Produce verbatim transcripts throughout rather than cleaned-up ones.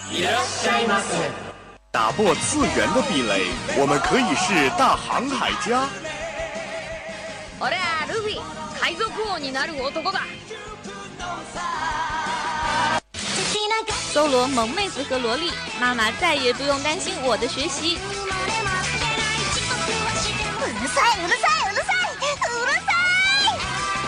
打破次元的壁垒，我们可以是大航海家。 俺はルフィ、海賊王になる男だ。 搜罗萌妹子和萝莉，妈妈再也不用担心我的学习。 うるさいうるさいうるさいうるさい！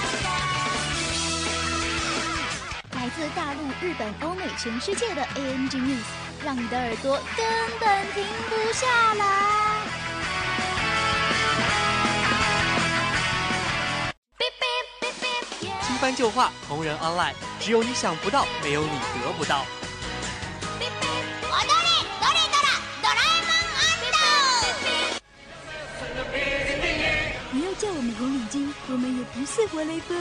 来自大陆、日本、欧美、全世界的 A N G News， 让你的耳朵根本停不下来。 新番旧话，同人 online， 只有你想不到，没有你得不到。 不要叫我们红领巾，我们也不是活雷锋。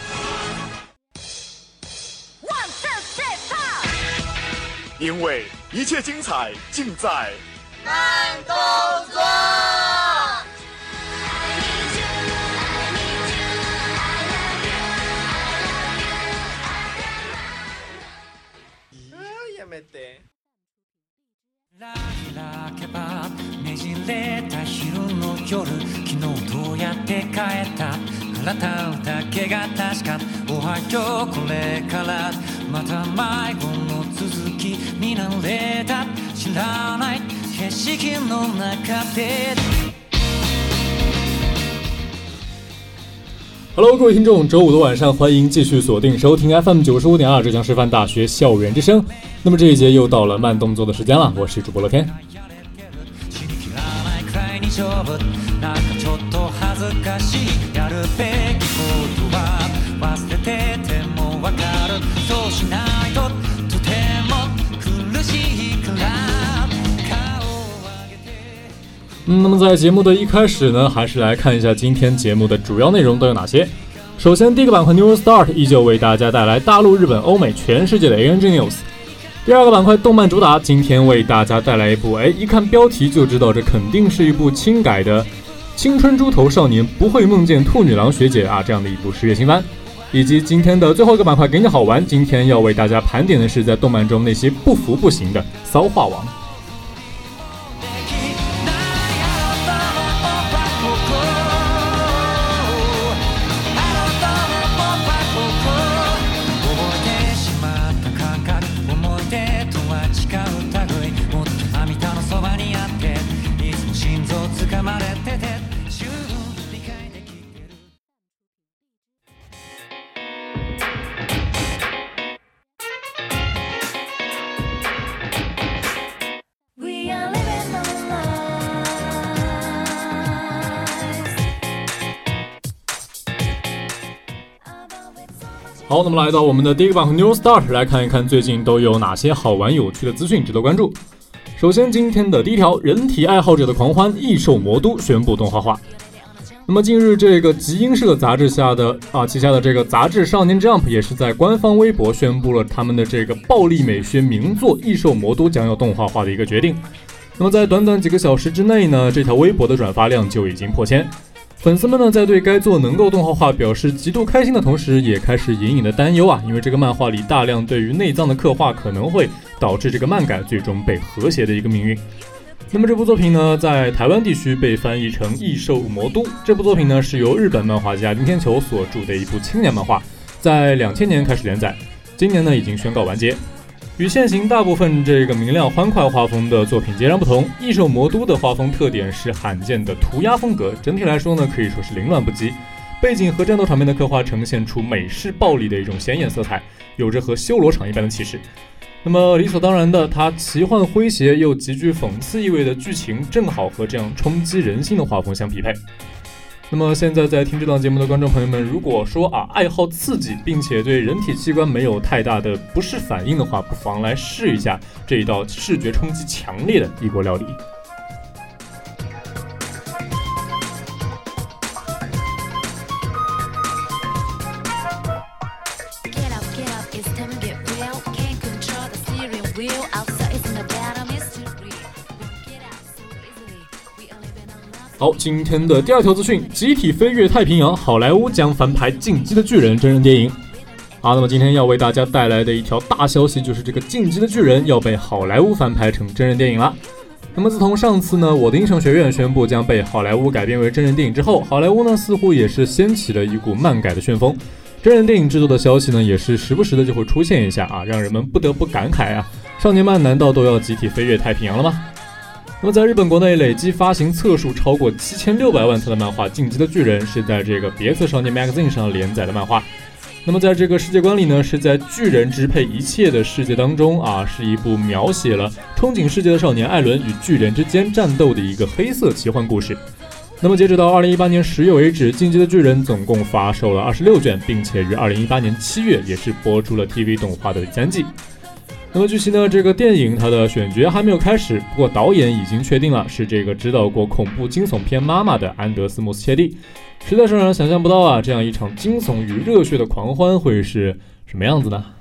因为一切精彩尽在慢动作。 やめて。 開けばねじれた昼の夜、昨日どうやって帰った体だけが確か。おはようこれからまた迷子の続き見慣れた知らない景色の中で。 Hello， 各位听众，周五的晚上，欢迎继续锁定收听 F M 九十五点二浙江师范大学校园之声。那么这一节又到了慢动作的时间了，我是主播乐天。嗯，那么在节目的一开始呢，还是来看一下今天节目的主要内容都有哪些。首先，第一个板块 New Start 依旧为大家带来大陆、日本、欧美、全世界的 A N G News。第二个板块动漫主打，今天为大家带来一部，哎，一看标题就知道这肯定是一部轻改的青春猪头少年不会梦见兔女郎学姐啊这样的一部十月新番。以及今天的最后一个板块给你好玩，今天要为大家盘点的是在动漫中那些不服不行的骚话王。好，那么来到我们的第一个板块 New Start， 来看一看最近都有哪些好玩有趣的资讯值得关注。首先，今天的第一条，人体爱好者的狂欢，异兽魔都宣布动画化。那么近日，这个集英社杂志下的啊旗下的这个杂志少年 Jump 也是在官方微博宣布了他们的这个暴力美学名作《异兽魔都》将要动画化的一个决定。那么在短短几个小时之内呢，这条微博的转发量就已经破千。粉丝们呢，在对该作能够动画化表示极度开心的同时，也开始隐隐的担忧啊，因为这个漫画里大量对于内脏的刻画，可能会导致这个漫改最终被和谐的一个命运。那么这部作品呢，在台湾地区被翻译成《异兽魔都》。这部作品呢，是由日本漫画家林天球所著的一部青年漫画，在两千年开始连载，今年呢已经宣告完结。与现行大部分这个明亮欢快画风的作品截然不同，异兽魔都的画风特点是罕见的涂鸦风格，整体来说呢可以说是凌乱不羁，背景和战斗场面的刻画呈现出美式暴力的一种显眼色彩，有着和修罗场一般的气势。那么理所当然的，它奇幻诙谐又极具讽刺意味的剧情正好和这样冲击人心的画风相匹配。那么现在在听这档节目的观众朋友们，如果说啊爱好刺激，并且对人体器官没有太大的不适反应的话，不妨来试一下这一道视觉冲击强烈的异国料理。好，今天的第二条资讯，集体飞越太平洋，好莱坞将翻拍《进击的巨人》真人电影。 啊，那么今天要为大家带来的一条大消息就是这个《进击的巨人》要被好莱坞翻拍成真人电影了。那么自从上次呢，我的英雄学院宣布将被好莱坞改编为真人电影之后，好莱坞呢似乎也是掀起了一股漫改的旋风。真人电影制作的消息呢，也是时不时的就会出现一下啊，让人们不得不感慨啊，少年漫难道都要集体飞越太平洋了吗？那么在日本国内累计发行册数超过七千六百万册的漫画《进击的巨人》是在这个别册少年 Magazine 上连载的漫画。那么在这个世界观里呢，是在巨人支配一切的世界当中啊，是一部描写了憧憬世界的少年艾伦与巨人之间战斗的一个黑色奇幻故事。那么截止到二零一八年十月为止，《进击的巨人》总共发售了二十六卷，并且于二零一八年七月也是播出了 T V 动画的第三季。那么据悉呢，这个电影它的选角还没有开始，不过导演已经确定了，是这个指导过恐怖惊悚片《妈妈》的安德斯·穆斯切利。实在是让人想象不到啊，这样一场惊悚与热血的狂欢会是什么样子呢？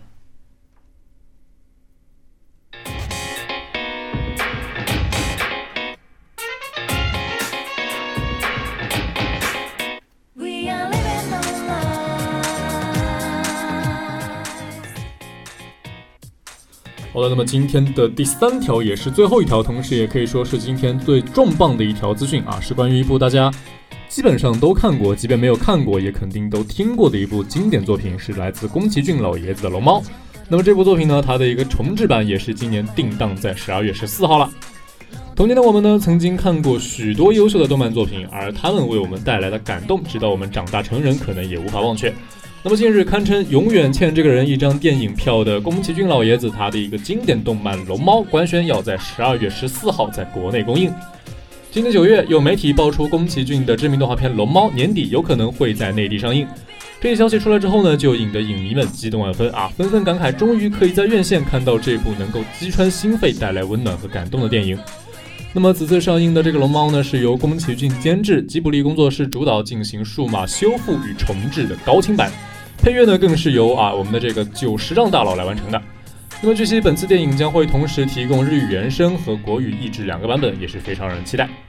好的，那么今天的第三条也是最后一条，同时也可以说是今天最重磅的一条资讯啊，是关于一部大家基本上都看过，即便没有看过也肯定都听过的一部经典作品，是来自宫崎骏老爷子的《龙猫》。那么这部作品呢，它的一个重制版也是今年定档在十二月十四号了。童年的我们呢，曾经看过许多优秀的动漫作品，而他们为我们带来的感动，直到我们长大成人，可能也无法忘却。那么近日堪称永远欠这个人一张电影票的宫崎骏老爷子，他的一个经典动漫《龙猫》官宣要在十二月十四号在国内公映。今年九月，有媒体爆出宫崎骏的知名动画片《龙猫》年底有可能会在内地上映。这一消息出来之后呢，就引得影迷们激动万分啊，纷纷感慨终于可以在院线看到这部能够击穿心肺、带来温暖和感动的电影。那么此次上映的这个《龙猫》呢，是由宫崎骏监制，吉卜力工作室主导进行数码修复与重制的高清版。配乐呢，更是由啊我们的这个久石让大佬来完成的。那么据悉，本次电影将会同时提供日语原声和国语译制两个版本，也是非常让人期待。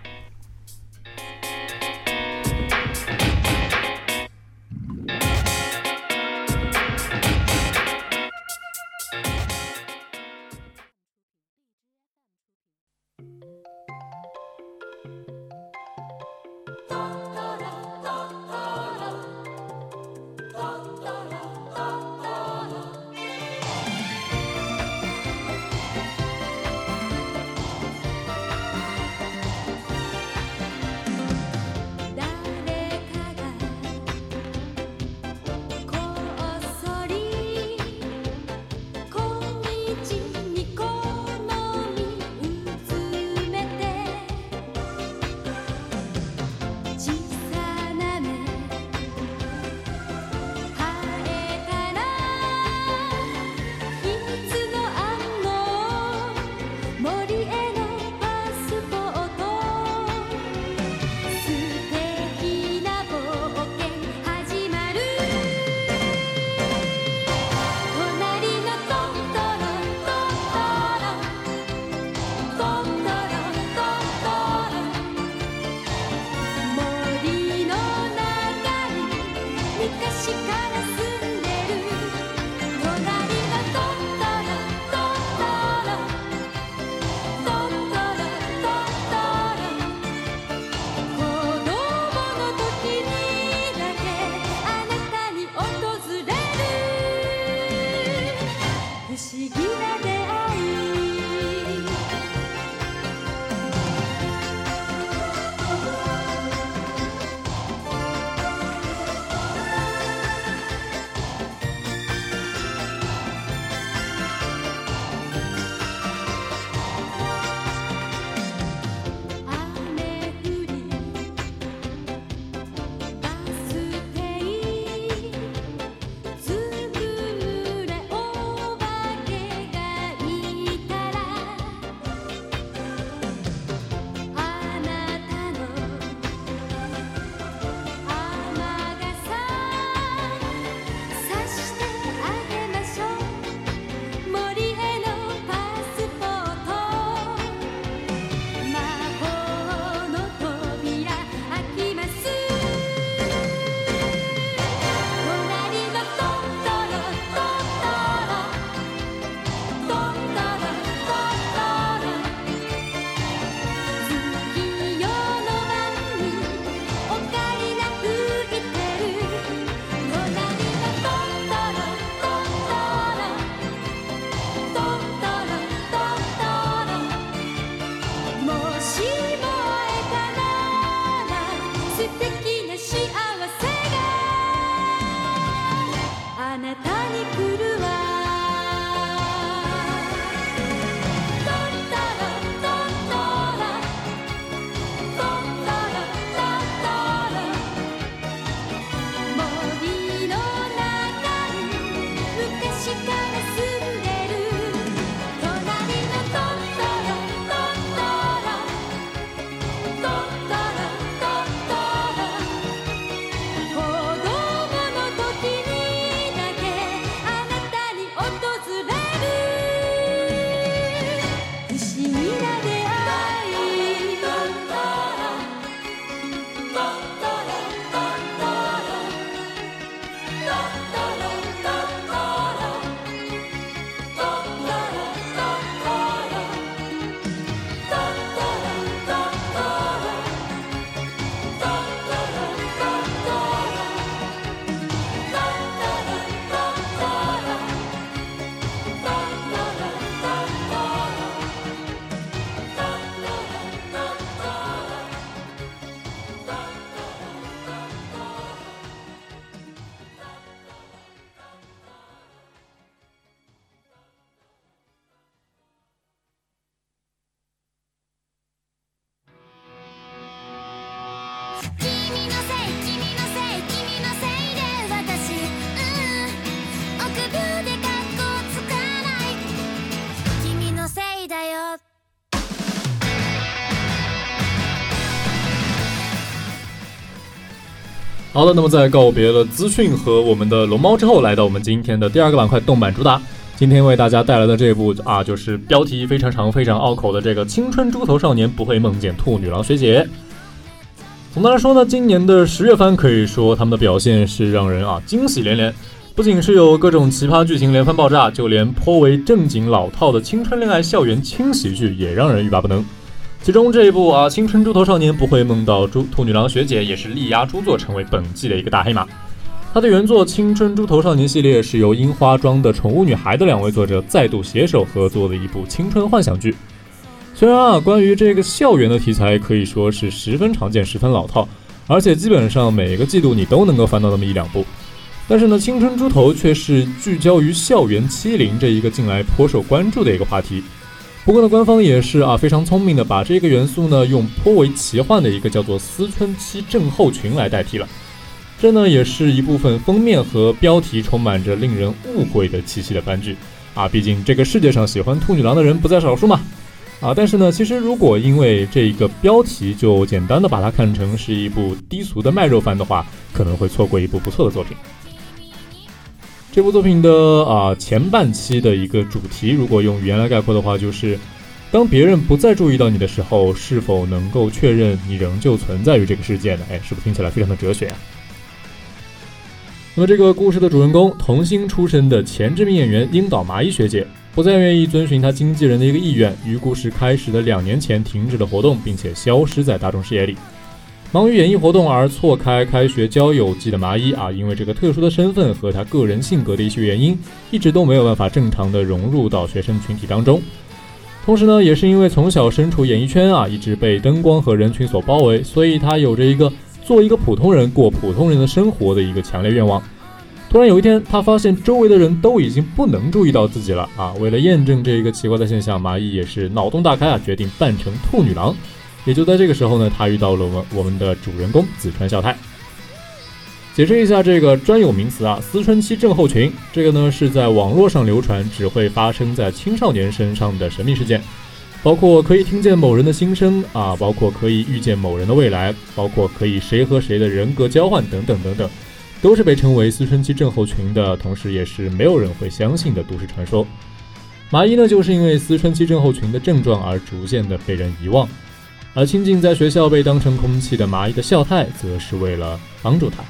好的，那么在告别了资讯和我们的龙猫之后，来到我们今天的第二个板块动漫主打。今天为大家带来的这部啊，就是标题非常长、非常拗口的这个《青春猪头少年不会梦见兔女郎学姐》。总的来说呢，今年的十月番可以说他们的表现是让人啊惊喜连连，不仅是有各种奇葩剧情连番爆炸，就连颇为正经老套的青春恋爱校园轻喜剧也让人欲罢不能。其中这一部啊，《青春猪头少年不会梦到猪兔女郎学姐》也是力压猪作成为本季的一个大黑马。它的原作《青春猪头少年》系列是由樱花庄的宠物女孩的两位作者再度携手合作的一部青春幻想剧。虽然啊，关于这个校园的题材可以说是十分常见、十分老套，而且基本上每个季度你都能够翻到那么一两部，但是呢，青春猪头却是聚焦于校园欺凌这一个近来颇受关注的一个话题。不过呢，官方也是啊非常聪明的把这个元素呢用颇为奇幻的一个叫做思春期症候群来代替了。这呢也是一部分封面和标题充满着令人误会的气息的番剧啊，毕竟这个世界上喜欢兔女郎的人不在少数嘛。啊，但是呢，其实如果因为这个标题就简单的把它看成是一部低俗的卖肉番的话，可能会错过一部不错的作品。这部作品的啊前半期的一个主题，如果用语言来概括的话，就是当别人不再注意到你的时候，是否能够确认你仍旧存在于这个世界呢？哎，是不是听起来非常的哲学啊？那么这个故事的主人公，童星出身的前知名演员樱岛麻衣学姐，不再愿意遵循她经纪人的一个意愿，于故事开始的两年前停止了活动，并且消失在大众视野里。忙于演艺活动而错开开学交友季的麻衣啊，因为这个特殊的身份和她个人性格的一些原因，一直都没有办法正常的融入到学生群体当中。同时呢，也是因为从小身处演艺圈啊，一直被灯光和人群所包围，所以她有着一个做一个普通人过普通人的生活的一个强烈愿望。突然有一天，她发现周围的人都已经不能注意到自己了啊！为了验证这一个奇怪的现象，麻衣也是脑洞大开啊，决定扮成兔女郎。也就在这个时候呢，他遇到了我们我们的主人公紫川孝太。解释一下这个专有名词啊，思春期症候群，这个呢是在网络上流传只会发生在青少年身上的神秘事件，包括可以听见某人的心声啊，包括可以预见某人的未来，包括可以谁和谁的人格交换等等等等，都是被称为思春期症候群的，同时也是没有人会相信的都市传说。麻衣呢，就是因为思春期症候群的症状而逐渐的被人遗忘。而亲近在学校被当成空气的麻衣的孝太，则是为了帮助他。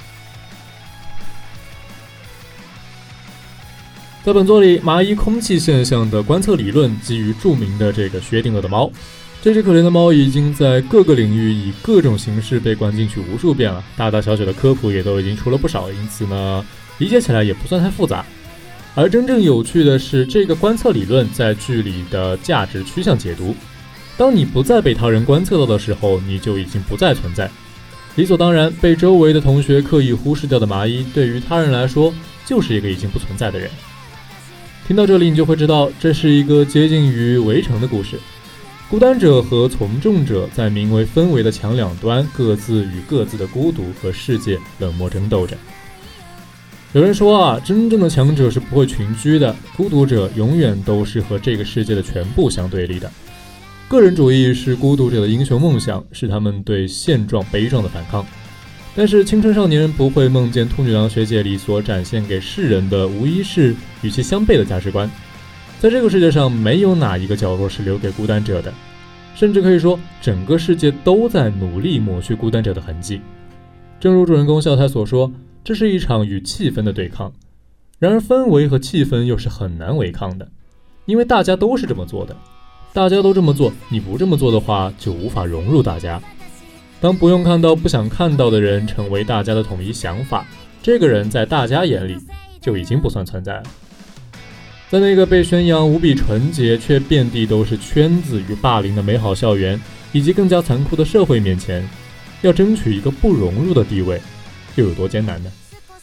在本作里，麻衣空气现象的观测理论基于著名的这个薛定谔的猫。这只可怜的猫已经在各个领域以各种形式被关进去无数遍了，大大小小的科普也都已经出了不少，因此呢，理解起来也不算太复杂。而真正有趣的是，这个观测理论在剧里的价值趋向解读。当你不再被他人观测到的时候，你就已经不再存在。理所当然，被周围的同学刻意忽视掉的麻衣，对于他人来说，就是一个已经不存在的人。听到这里，你就会知道，这是一个接近于围城的故事。孤单者和从众者在名为氛围的墙两端，各自与各自的孤独和世界冷漠争斗着。有人说啊，真正的强者是不会群居的，孤独者永远都是和这个世界的全部相对立的。个人主义是孤独者的英雄梦想，是他们对现状悲壮的反抗。但是青春少年不会梦见兔女郎学姐里所展现给世人的，无疑是与其相悖的价值观。在这个世界上，没有哪一个角落是留给孤单者的，甚至可以说，整个世界都在努力抹去孤单者的痕迹。正如主人公孝太所说，这是一场与气氛的对抗。然而氛围和气氛又是很难违抗的，因为大家都是这么做的。大家都这么做，你不这么做的话，就无法融入大家。当不用看到不想看到的人成为大家的统一想法，这个人在大家眼里就已经不算存在了。在那个被宣扬无比纯洁却遍地都是圈子与霸凌的美好校园，以及更加残酷的社会面前，要争取一个不融入的地位，又有多艰难呢？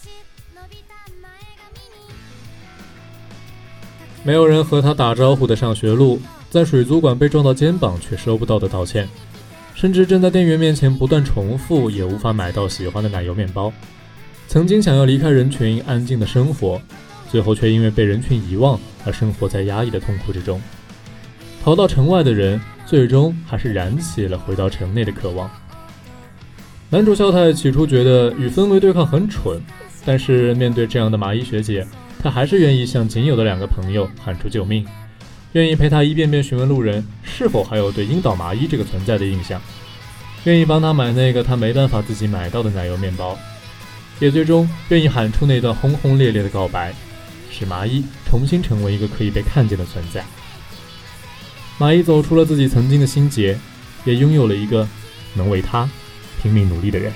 没有人和他打招呼的上学路，在水族馆被撞到肩膀却收不到的道歉，甚至正在店员面前不断重复也无法买到喜欢的奶油面包。曾经想要离开人群安静的生活，最后却因为被人群遗忘而生活在压抑的痛苦之中。逃到城外的人，最终还是燃起了回到城内的渴望。 男主孝太起初觉得与氛围对抗很蠢，但是面对这样的麻衣学姐，他还是愿意向仅有的两个朋友喊出救命，愿意陪他一遍遍询问路人是否还有对樱岛麻衣这个存在的印象，愿意帮他买那个他没办法自己买到的奶油面包，也最终愿意喊出那段轰轰烈烈的告白，使麻衣重新成为一个可以被看见的存在。麻衣走出了自己曾经的心结，也拥有了一个能为他拼命努力的人。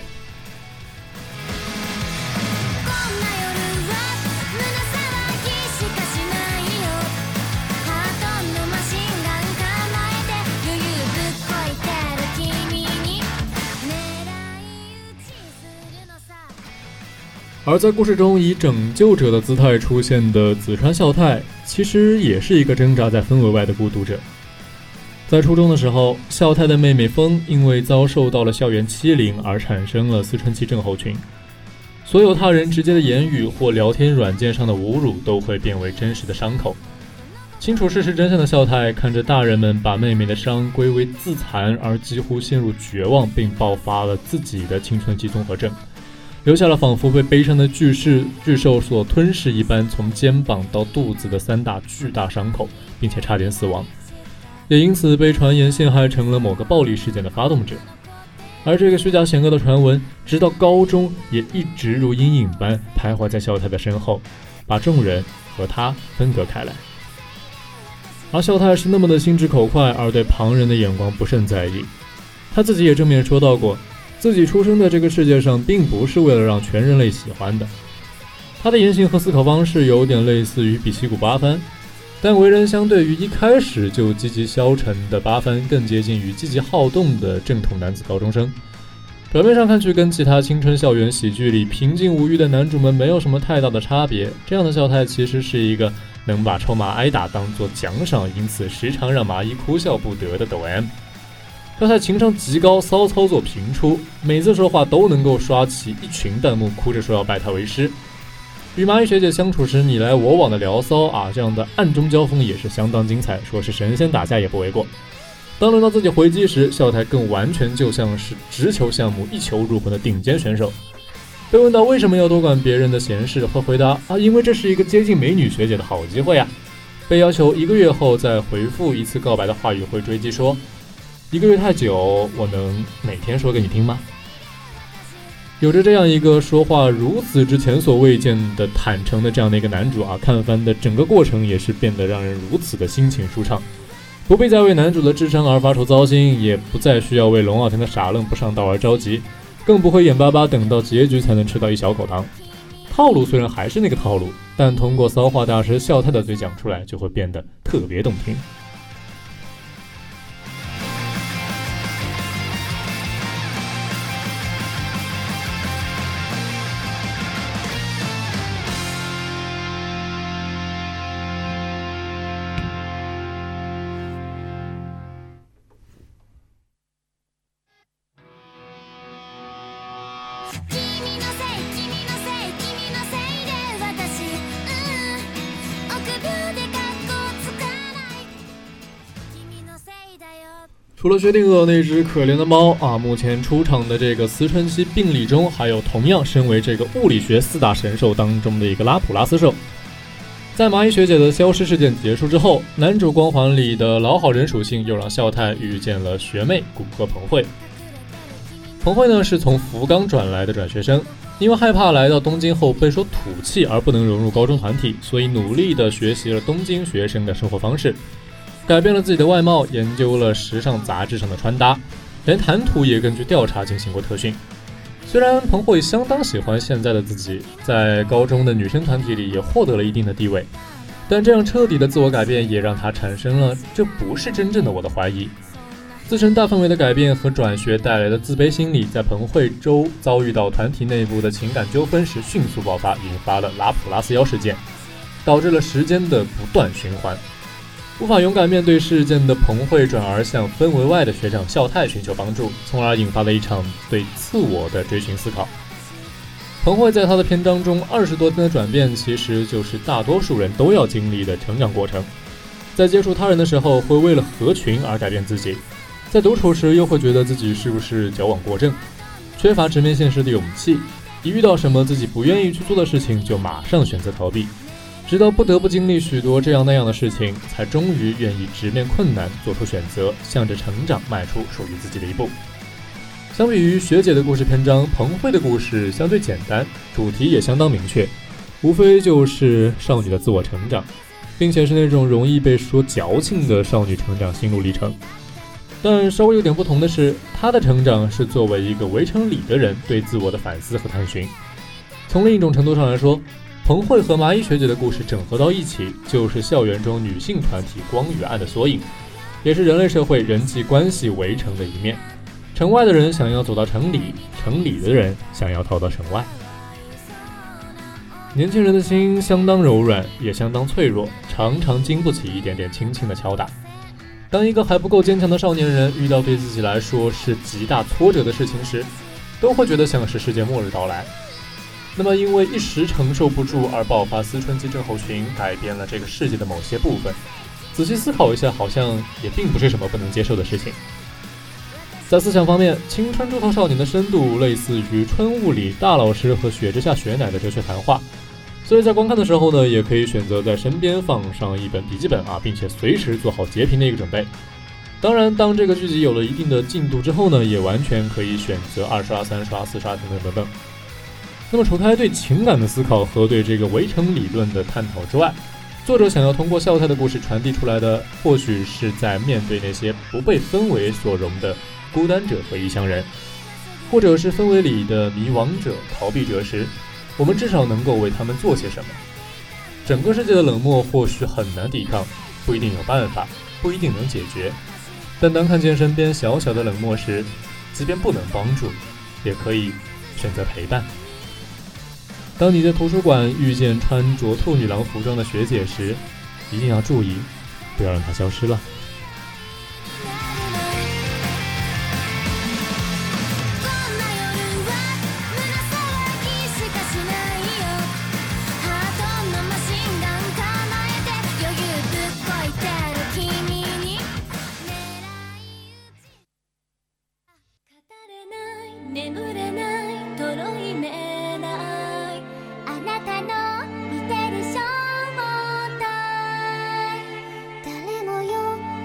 而在故事中以拯救者的姿态出现的紫川孝太，其实也是一个挣扎在氛围外的孤独者。在初中的时候，孝太的妹妹风因为遭受到了校园欺凌而产生了思春期症候群，所有他人直接的言语或聊天软件上的侮辱都会变为真实的伤口。清楚事实真相的孝太看着大人们把妹妹的伤归为自残，而几乎陷入绝望，并爆发了自己的青春期综合症，留下了仿佛被悲伤的巨噬巨兽所吞噬一般从肩膀到肚子的三大巨大伤口，并且差点死亡，也因此被传言陷害成了某个暴力事件的发动者。而这个虚假险恶的传闻直到高中也一直如阴影般徘徊在孝太的身后，把众人和他分隔开来。而孝太是那么的心直口快，而对旁人的眼光不甚在意。他自己也正面说到过，自己出生在这个世界上并不是为了让全人类喜欢的。他的言行和思考方式有点类似于比西谷八番，但为人相对于一开始就积极消沉的八番更接近于积极好动的正统男子高中生。表面上看去跟其他青春校园喜剧里平静无虞的男主们没有什么太大的差别，这样的孝太其实是一个能把臭骂挨打当作奖赏，因此时常让麻衣哭笑不得的抖 M。孝太情商极高，骚操作频出，每次说话都能够刷起一群弹幕，哭着说要拜他为师。与麻衣学姐相处时你来我往的聊骚啊，这样的暗中交锋也是相当精彩，说是神仙打架也不为过。当轮到自己回击时，孝太更完全就像是直球项目一球入魂的顶尖选手。被问到为什么要多管别人的闲事，会回答啊，因为这是一个接近美女学姐的好机会啊。被要求一个月后再回复一次告白的话语，会追击说，一个月太久，我能每天说给你听吗？有着这样一个说话如此之前所未见的坦诚的这样的一个男主啊，看番的整个过程也是变得让人如此的心情舒畅，不必再为男主的智商而发愁糟心，也不再需要为龙傲天的傻愣不上道而着急，更不会眼巴巴等到结局才能吃到一小口糖。套路虽然还是那个套路，但通过骚话大师孝太的嘴讲出来，就会变得特别动听。除了薛定谔那只可怜的猫啊，目前出场的这个思春期病理中，还有同样身为这个物理学四大神兽当中的一个拉普拉斯兽。在麻衣学姐的消失事件结束之后，男主光环里的老好人属性又让孝太遇见了学妹古贺彭惠。彭惠呢是从福冈转来的转学生，因为害怕来到东京后备受土气而不能融入高中团体，所以努力地学习了东京学生的生活方式，改变了自己的外貌，研究了时尚杂志上的穿搭，连谈吐也根据调查进行过特训。虽然彭惠相当喜欢现在的自己，在高中的女生团体里也获得了一定的地位，但这样彻底的自我改变也让她产生了这不是真正的我的怀疑。自身大范围的改变和转学带来的自卑心理，在彭惠周遭遇到团体内部的情感纠纷时迅速爆发，引发了拉普拉斯妖事件，导致了时间的不断循环。无法勇敢面对事件的彭惠转而向氛围外的学长孝太寻求帮助，从而引发了一场对自我的追寻思考。彭惠在他的篇章中二十多天的转变，其实就是大多数人都要经历的成长过程。在接触他人的时候，会为了合群而改变自己，在独处时又会觉得自己是不是矫枉过正。 缺乏直面现实的勇气，一遇到什么自己不愿意去做的事情就马上选择逃避，直到不得不经历许多这样那样的事情，才终于愿意直面困难，做出选择，向着成长迈出属于自己的一步。相比于学姐的故事篇章，彭慧的故事相对简单，主题也相当明确，无非就是少女的自我成长，并且是那种容易被说矫情的少女成长心路历程。但稍微有点不同的是，她的成长是作为一个围城里的人对自我的反思和探寻。从另一种程度上来说，彭慧和麻衣学姐的故事整合到一起，就是校园中女性团体光与暗的缩影，也是人类社会人际关系围城的一面。城外的人想要走到城里，城里的人想要逃到城外。年轻人的心相当柔软，也相当脆弱，常常经不起一点点轻轻的敲打。当一个还不够坚强的少年人遇到对自己来说是极大挫折的事情时，都会觉得像是世界末日到来。那么因为一时承受不住而爆发思春期症候群，改变了这个世界的某些部分，仔细思考一下，好像也并不是什么不能接受的事情。在思想方面，青春猪头少年的深度类似于春雾里大老师和雪之下雪乃的哲学谈话，所以在观看的时候呢，也可以选择在身边放上一本笔记本啊，并且随时做好截屏的一个准备。当然，当这个剧集有了一定的进度之后呢，也完全可以选择二刷、三刷、四刷等等等等。那么除开对情感的思考和对这个围城理论的探讨之外，作者想要通过孝太的故事传递出来的，或许是在面对那些不被氛围所容的孤单者和异乡人，或者是氛围里的迷惘者、逃避者时，我们至少能够为他们做些什么。整个世界的冷漠或许很难抵抗，不一定有办法，不一定能解决，但当看见身边小小的冷漠时，即便不能帮助，也可以选择陪伴。当你在图书馆遇见穿着兔女郎服装的学姐时，一定要注意，不要让她消失了。 誰もよ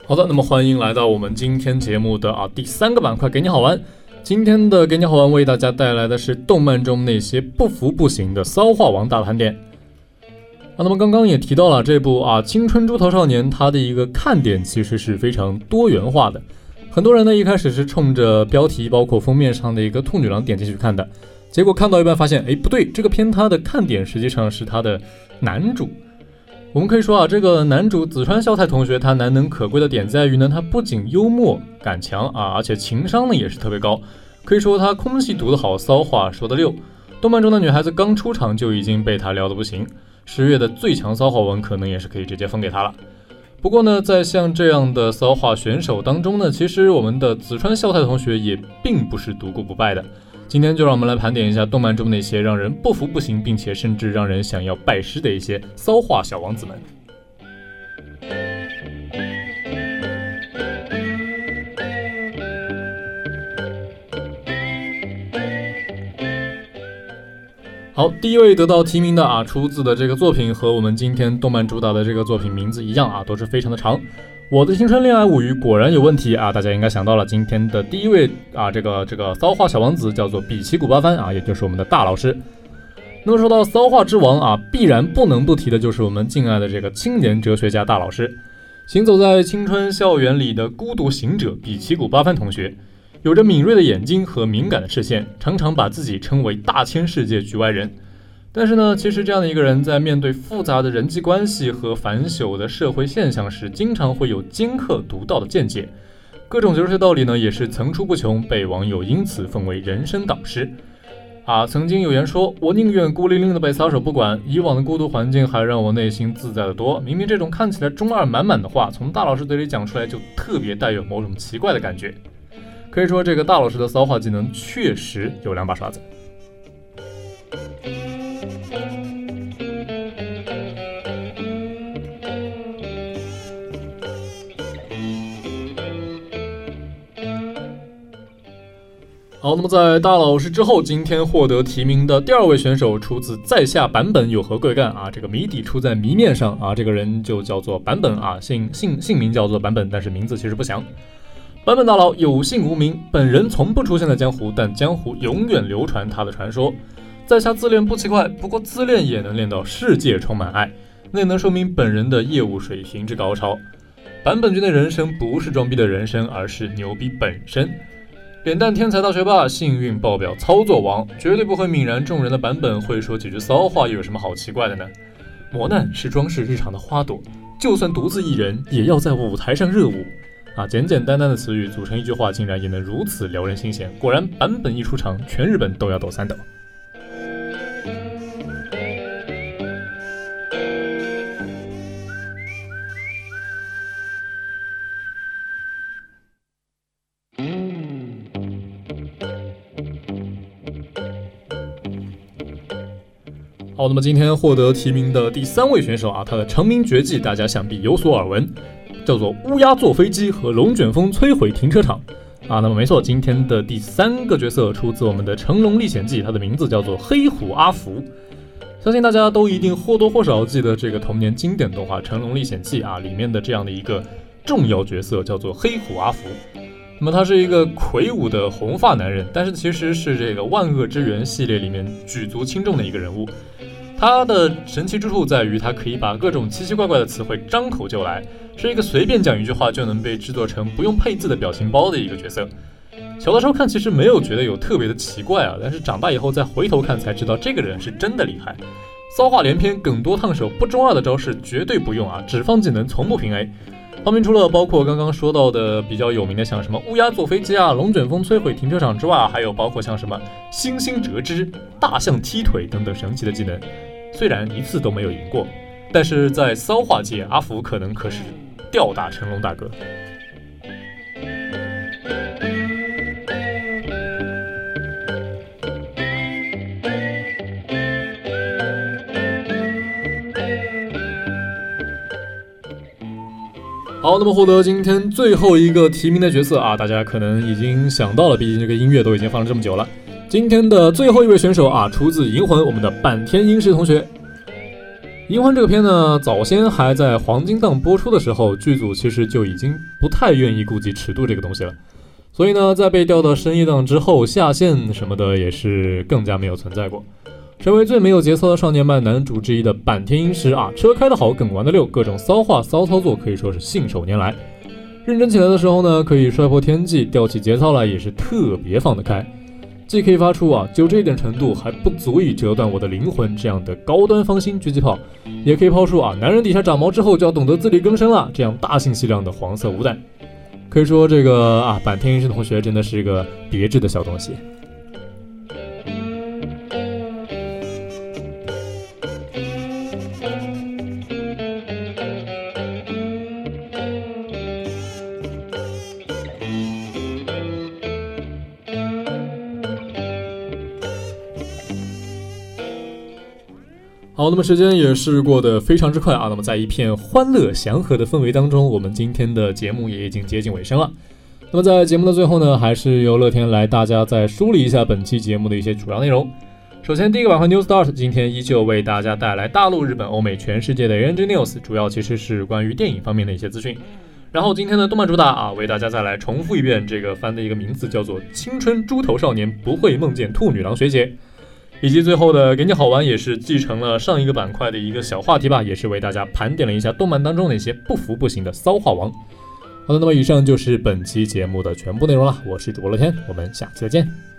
好的，那么欢迎来到我们今天节目的啊第三个板块，给你好玩。今天的给你好玩为大家带来的是动漫中那些不服不行的骚话王大盘点。啊，那么刚刚也提到了这部啊青春猪头少年，它的一个看点其实是非常多元化的。很多人呢一开始是冲着标题包括封面上的一个兔女郎点进去看的，结果看到一半发现，哎不对，这个片它的看点实际上是它的男主。我们可以说啊，这个男主紫川孝太同学他难能可贵的点在于呢，他不仅幽默感强啊，而且情商呢也是特别高，可以说他空气读得好，骚话说得溜。动漫中的女孩子刚出场就已经被他撩得不行，十月的最强骚话文可能也是可以直接分给他了。不过呢，在像这样的骚话选手当中呢，其实我们的紫川孝太同学也并不是独孤不败的。今天就让我们来盘点一下动漫中那些让人不服不行，并且甚至让人想要拜师的一些骚话小王子们。好，第一位得到提名的啊，出自的这个作品和我们今天动漫主导的这个作品名字一样啊，都是非常的长。我的青春恋爱物语果然有问题啊！大家应该想到了，今天的第一位啊，这个这个骚话小王子叫做比奇古巴帆啊，也就是我们的大老师。那么说到骚话之王啊，必然不能不提的就是我们敬爱的这个青年哲学家大老师，行走在青春校园里的孤独行者比奇古巴帆同学，有着敏锐的眼睛和敏感的视线，常常把自己称为大千世界局外人。但是呢，其实这样的一个人在面对复杂的人际关系和繁琐的社会现象时，经常会有尖刻独到的见解，各种哲学道理呢也是层出不穷，被网友因此奉为人生导师啊。曾经有言说，我宁愿孤零零的被撒手不管，以往的孤独环境还让我内心自在的多。明明这种看起来中二满满的话，从大老师嘴里讲出来就特别带有某种奇怪的感觉。可以说这个大老师的骚话技能确实有两把刷子。好，那么在大老师之后，今天获得提名的第二位选手出自在下版本有何贵干啊？这个谜底出在谜面上啊，这个人就叫做版本啊，姓姓姓名叫做版本，但是名字其实不详。版本大佬有姓无名，本人从不出现在江湖，但江湖永远流传他的传说。在下自恋不奇怪，不过自恋也能练到世界充满爱，那能说明本人的业务水平之高超。版本君的人生不是装逼的人生，而是牛逼本身。脸蛋天才大学霸，幸运爆表操作王，绝对不会泯然众人的版本会说几句骚话，又有什么好奇怪的呢？磨难是装饰日常的花朵，就算独自一人，也要在舞台上热舞啊！简简单单的词语组成一句话，竟然也能如此撩人心弦。果然，版本一出场，全日本都要抖三抖。好，那么今天获得提名的第三位选手啊，他的成名绝技大家想必有所耳闻，叫做乌鸦坐飞机和龙卷风摧毁停车场啊。那么没错，今天的第三个角色出自我们的《成龙历险记》，他的名字叫做黑虎阿福。相信大家都一定或多或少记得这个童年经典动画《成龙历险记》啊里面的这样的一个重要角色，叫做黑虎阿福。那么他是一个魁梧的红发男人，但是其实是这个万恶之源系列里面举足轻重的一个人物。他的神奇之处在于，他可以把各种奇奇怪怪的词汇张口就来，是一个随便讲一句话就能被制作成不用配字的表情包的一个角色。小的时候看其实没有觉得有特别的奇怪啊，但是长大以后再回头看才知道这个人是真的厉害，骚话连篇，梗多烫手，不中二的招式绝对不用啊，只放技能从不平 A。旁边除了包括刚刚说到的比较有名的像什么乌鸦坐飞机啊、龙卷风摧毁停车场之外，还有包括像什么星星折枝、大象踢腿等等神奇的技能。虽然一次都没有赢过，但是在骚话界，阿福可能可是吊打成龙大哥。好，那么获得今天最后一个提名的角色啊，大家可能已经想到了，毕竟这个音乐都已经放了这么久了。今天的最后一位选手啊，出自银魂，我们的坂田英时同学。 银魂这个片呢，早先还在黄金档播出的时候，剧组其实就已经不太愿意顾及尺度这个东西了，所以呢，在被调到深夜档之后，下线什么的也是更加没有存在过。身为最没有节操的少年漫男主之一的坂田银时啊，车开得好，梗玩得溜，各种骚话骚操作可以说是信手拈来。认真起来的时候呢，可以摔破天际，吊起节操来也是特别放得开。既可以发出啊，就这点程度还不足以折断我的灵魂这样的高端方心狙击炮，也可以抛出啊，男人底下长毛之后就要懂得自力更生了这样大信息量的黄色无弹。可以说这个啊，坂田银时同学真的是一个别致的小东西。好，那么时间也是过得非常之快啊。那么在一片欢乐祥和的氛围当中，我们今天的节目也已经接近尾声了。那么在节目的最后呢，还是由乐天来大家再梳理一下本期节目的一些主要内容。首先第一个板块 New Start 今天依旧为大家带来大陆、日本、欧美全世界的 A N G News， 主要其实是关于电影方面的一些资讯。然后今天的动漫主打啊，为大家再来重复一遍这个番的一个名字，叫做青春猪头少年不会梦见兔女郎学姐。以及最后的给你好玩，也是继承了上一个板块的一个小话题吧，也是为大家盘点了一下动漫当中的一些不服不行的骚话王。好的，那么以上就是本期节目的全部内容了，我是主播乐天，我们下期再见。